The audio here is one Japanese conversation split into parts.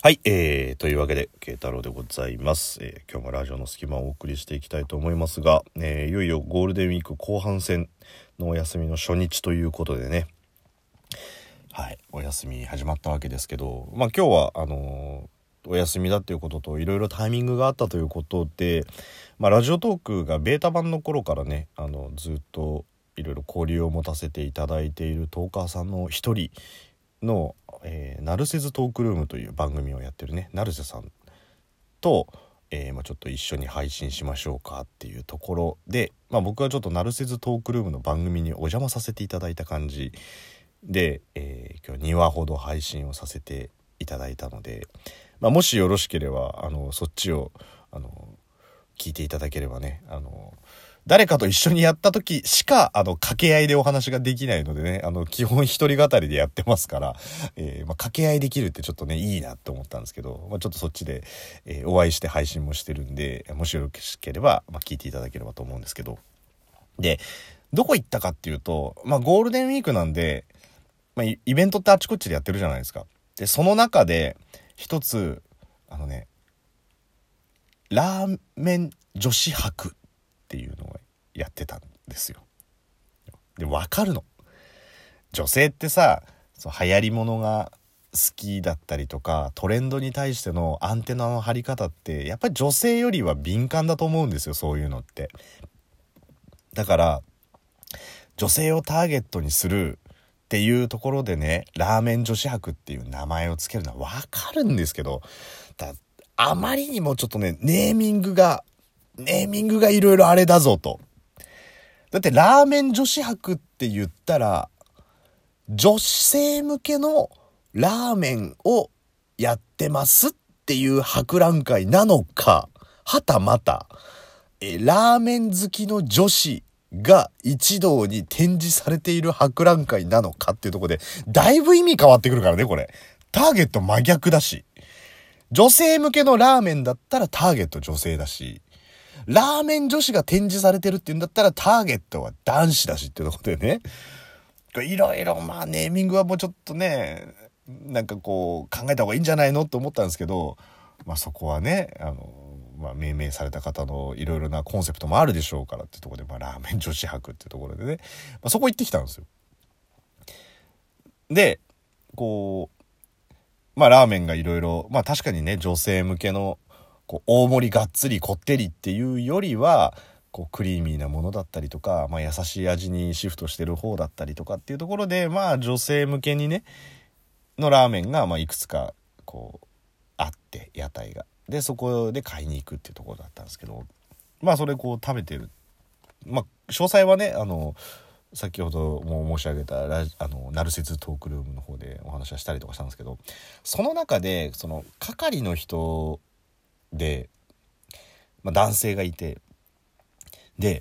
はい、というわけで慶太郎でございます。今日もラジオの隙間をお送りしていきたいと思いますが、いよいよゴールデンウィーク後半戦のお休みの初日ということでね、はい、お休み始まったわけですけど、今日はお休みだっていうことといろいろタイミングがあったということで、ラジオトークがベータ版の頃からね、ずっといろいろ交流を持たせていただいているトーカーさんの一人の、ナルセズトークルームという番組をやってるね成瀬さんと、ちょっと一緒に配信しましょうかっていうところで、僕はちょっとナルセズトークルームの番組にお邪魔させていただいた感じで、今日2話ほど配信をさせていただいたので、もしよろしければそっちを聞いていただければね、誰かと一緒にやった時しか掛け合いでお話ができないのでね、基本一人語りでやってますから、掛け合いできるってちょっとねいいなって思ったんですけど、ちょっとそっちで、お会いして配信もしてるんで、もしよろしければ、聞いていただければと思うんですけど、でどこ行ったかっていうと、ゴールデンウィークなんで、イベントってあちこちでやってるじゃないですか。でその中で一つラーメン女子博っていうのをやってたんですよ。で分かるの、女性ってさ、流行り物が好きだったりとかトレンドに対してのアンテナの張り方ってやっぱり女性よりは敏感だと思うんですよ、そういうのって。だから女性をターゲットにするっていうところでね、ラーメン女子博っていう名前をつけるのは分かるんですけど、あまりにもちょっとねネーミングがいろいろあれだぞと。だってラーメン女子博って言ったら女性向けのラーメンをやってますっていう博覧会なのか、はたまたラーメン好きの女子が一堂に展示されている博覧会なのかっていうところでだいぶ意味変わってくるからね。これターゲット真逆だし、女性向けのラーメンだったらターゲット女性だし、ラーメン女子が展示されてるっていうんだったらターゲットは男子だしっていうところでね、いろいろネーミングはもうちょっとね考えた方がいいんじゃないのって思ったんですけど、そこはね命名された方のいろいろなコンセプトもあるでしょうからっていうところで、ラーメン女子博っていうところでね、そこ行ってきたんですよ。でラーメンがいろいろ確かにね女性向けの大盛りがっつりこってりっていうよりはクリーミーなものだったりとか、優しい味にシフトしてる方だったりとかっていうところで、女性向けにねのラーメンがいくつかあって、屋台がでそこで買いに行くっていうところだったんですけど、それ食べてる、詳細はね先ほども申し上げたナルセズトークルームの方でお話はしたりとかしたんですけど、その中でその係の人で、男性がいて、で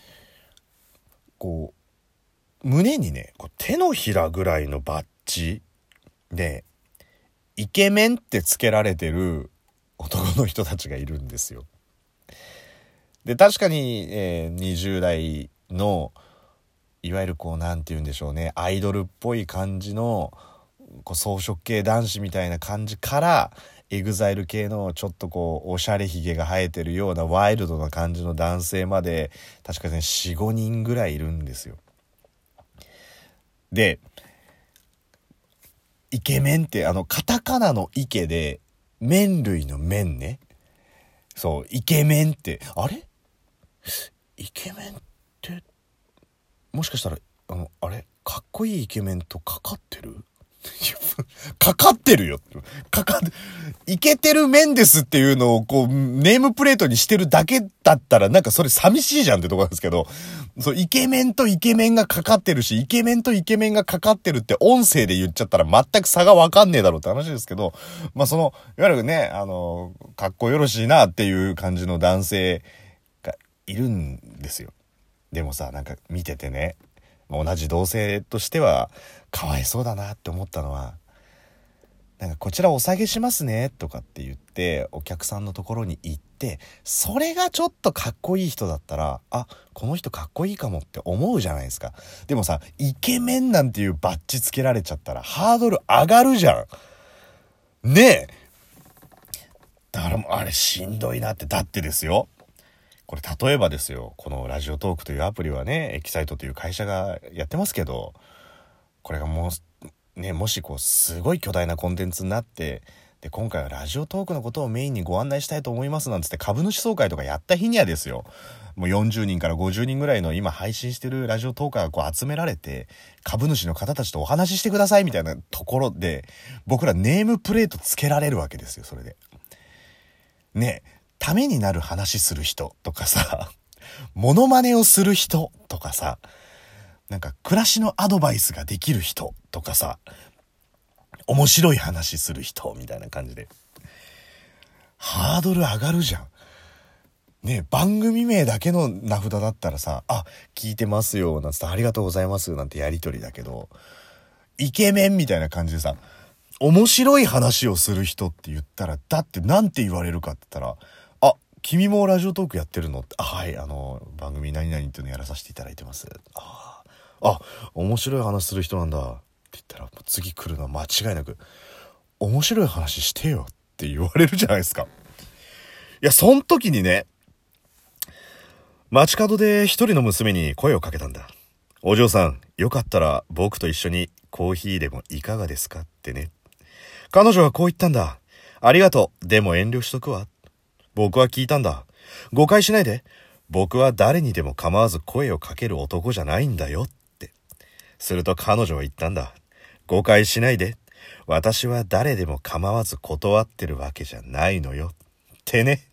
胸にね手のひらぐらいのバッジでイケメンってつけられてる男の人たちがいるんですよ。で確かに、20代のいわゆるなんて言うんでしょうね、アイドルっぽい感じの草食系男子みたいな感じから、エグザイル系のちょっとおしゃれひげが生えてるようなワイルドな感じの男性まで確かに 4,5 人ぐらいいるんですよ。でイケメンってカタカナのイケで麺類の麺ね、そうイケメンってイケメンってもしかしたらかっこいいイケメンとかかってるかかってるよ。イケてるメンデスっていうのをネームプレートにしてるだけだったらそれ寂しいじゃんってとこなんですけど、イケメンとイケメンがかかってるし、イケメンとイケメンがかかってるって音声で言っちゃったら全く差がわかんねえだろうって話ですけど、いわゆるねかっこよろしいなっていう感じの男性がいるんですよ。でもさ見ててね、同じ同性としてはかわいそうだなって思ったのは、こちらお下げしますねとかって言ってお客さんのところに行って、それがちょっとかっこいい人だったら、この人かっこいいかもって思うじゃないですか。でもさ、イケメンなんていうバッジつけられちゃったらハードル上がるじゃんね。 だからもうあれしんどいなって。だってですよ、これ例えばですよ、このラジオトークというアプリはね、エキサイトという会社がやってますけど、これがもうね、もしこうすごい巨大なコンテンツになって、で今回はラジオトークのことをメインにご案内したいと思いますなんつって株主総会とかやった日にはですよ、もう40人から50人ぐらいの今配信してるラジオトーカーがこう集められて、株主の方たちとお話ししてくださいみたいなところで、僕らネームプレートつけられるわけですよ。それでね、ためになる話する人とかさ、モノマネをする人とかさ、なんか暮らしのアドバイスができる人とかさ、面白い話する人みたいな感じでハードル上がるじゃんね。番組名だけの名札だったらさ、あ、聞いてますよなんつってありがとうございますなんてやりとりだけど、イケメンみたいな感じでさ、面白い話をする人って言ったら、だってなんて言われるかって言ったら、あ、君もラジオトークやってるのって、あ、はい、番組何々っていうのやらさせていただいてます。あ、面白い話する人なんだって言ったら、次来るのは間違いなく、面白い話してよって言われるじゃないですか。いや、そん時にね、街角で一人の娘に声をかけたんだ。お嬢さん、よかったら僕と一緒にコーヒーでもいかがですかってね。彼女はこう言ったんだ。ありがとう。でも遠慮しとくわ。僕は聞いたんだ。誤解しないで。僕は誰にでも構わず声をかける男じゃないんだよって。すると彼女は言ったんだ。誤解しないで。私は誰でも構わず断ってるわけじゃないのよ。ってね。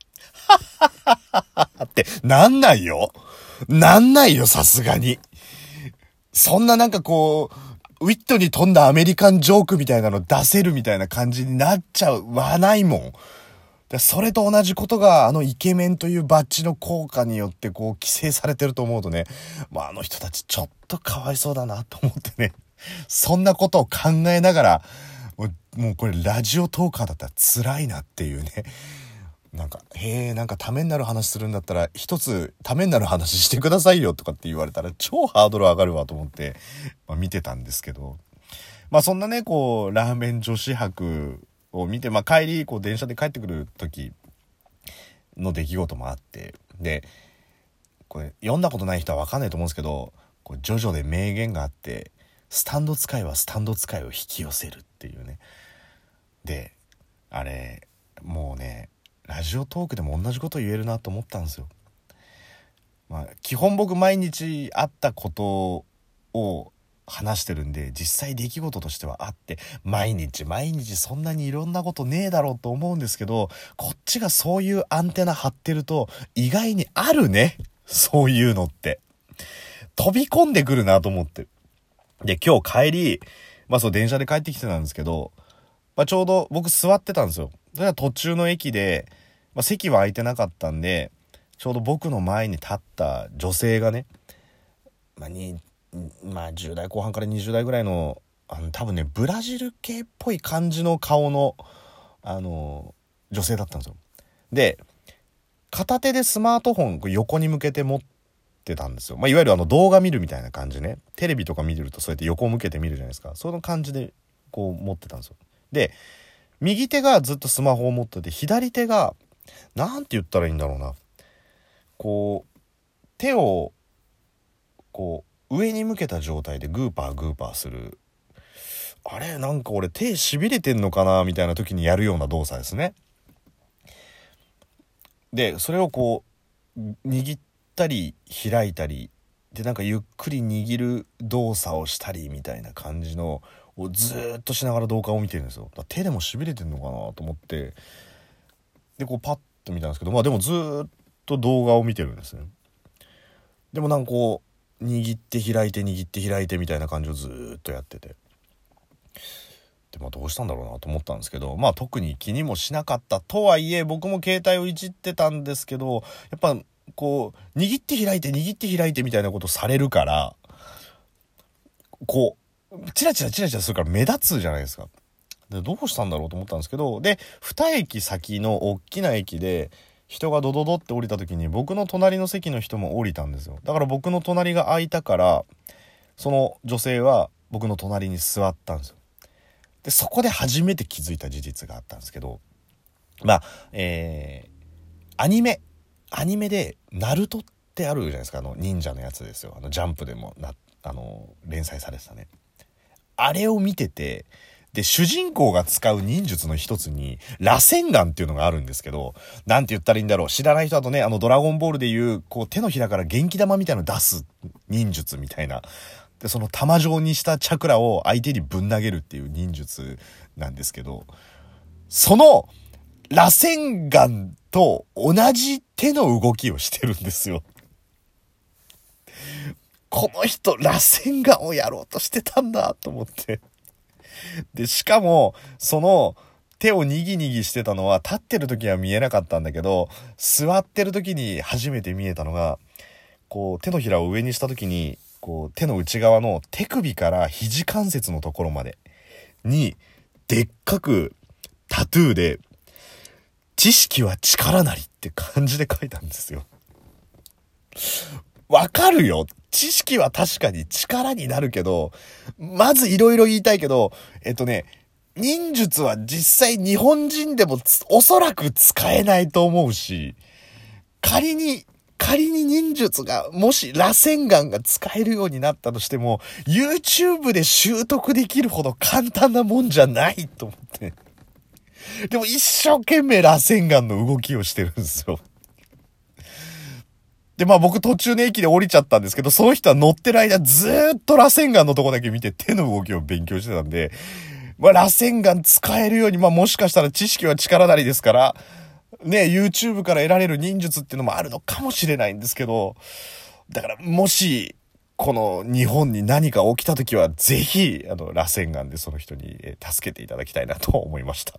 ってなんないよ。なんないよ、さすがに。そんななんかこう、ウィットに富んだアメリカンジョークみたいなの出せるみたいな感じになっちゃうはないもん。でそれと同じことがイケメンというバッジの効果によってこう規制されてると思うとね、あの人たちちょっとかわいそうだなと思ってね、そんなことを考えながら、もうこれラジオトーカーだったら辛いなっていうね。なんかなんかためになる話するんだったら一つためになる話してくださいよとかって言われたら超ハードル上がるわと思って、見てたんですけど、そんなねこうラーメン女子博を見て、帰りこう電車で帰ってくる時の出来事もあって、でこれ読んだことない人は分かんないと思うんですけど、こうジョジョで名言があって、スタンド使いはスタンド使いを引き寄せるっていうね。であれもうね、ラジオトークでも同じこと言えるなと思ったんですよ。基本僕毎日あったことを話してるんで、実際出来事としてはあって、毎日そんなにいろんなことねえだろうと思うんですけど、こっちがそういうアンテナ張ってると意外にあるね、そういうのって飛び込んでくるなと思って。で今日帰りそう電車で帰ってきてたんですけど、ちょうど僕座ってたんですよ。だから途中の駅で、席は空いてなかったんで、ちょうど僕の前に立った女性がね、10代後半から20代ぐらいの、多分ねブラジル系っぽい感じの顔の女性だったんですよ。で片手でスマートフォン横に向けて持ってたんですよ。いわゆる動画見るみたいな感じね。テレビとか見てるとそうやって横を向けて見るじゃないですか。その感じでこう持ってたんですよ。で右手がずっとスマホを持ってて、左手がなんて言ったらいいんだろうな、こう手をこう上に向けた状態でグーパーする、あれなんか俺手しびれてんのかなみたいな時にやるような動作ですね。でそれをこう握ったり開いたりで、なんかゆっくり握る動作をしたりみたいな感じのをずーっとしながら動画を見てるんですよ。手でもしびれてんのかなと思って、でこうパッと見たんですけど、でもずーっと動画を見てるんですね。でもなんかこう握って開いてみたいな感じをずーっとやってて、でどうしたんだろうなと思ったんですけど、特に気にもしなかったとはいえ、僕も携帯をいじってたんですけど、やっぱこう握って開いてみたいなことされるから、こうチラチラするから目立つじゃないですか。でどうしたんだろうと思ったんですけど、で2駅先の大きな駅で人がドドドって降りた時に、僕の隣の席の人も降りたんですよ。だから僕の隣が空いたから、その女性は僕の隣に座ったんですよ。でそこで初めて気づいた事実があったんですけど、 まあ、アニメでナルトってあるじゃないですか。忍者のやつですよ。ジャンプでも連載されてたね。あれを見てて、で、主人公が使う忍術の一つに、螺旋丸っていうのがあるんですけど、なんて言ったらいいんだろう。知らない人だとね、ドラゴンボールでいう、こう、手のひらから元気玉みたいなの出す忍術みたいな。で、その玉状にしたチャクラを相手にぶん投げるっていう忍術なんですけど、その、螺旋丸と同じ手の動きをしてるんですよ。この人、螺旋丸をやろうとしてたんだと思って。で、しかも、その手をにぎにぎしてたのは立ってる時は見えなかったんだけど、座ってる時に初めて見えたのが、こう手のひらを上にした時に、こう手の内側の手首から肘関節のところまでに、でっかくタトゥーで、知識は力なりって漢字で書いたんですよ。わかるよ。知識は確かに力になるけど、まずいろいろ言いたいけど、忍術は実際日本人でもおそらく使えないと思うし、仮に忍術が、もし螺旋丸が使えるようになったとしても、YouTube で習得できるほど簡単なもんじゃないと思って。でも一生懸命螺旋丸の動きをしてるんですよ。で、まあ僕途中の駅で降りちゃったんですけど、その人は乗ってる間ずーっと螺旋丸のとこだけ見て手の動きを勉強してたんで、まあ螺旋丸使えるように、まあもしかしたら知識は力なりですから、ね、YouTube から得られる忍術っていうのもあるのかもしれないんですけど、だからもし、この日本に何か起きた時はぜひ、螺旋丸でその人に助けていただきたいなと思いました。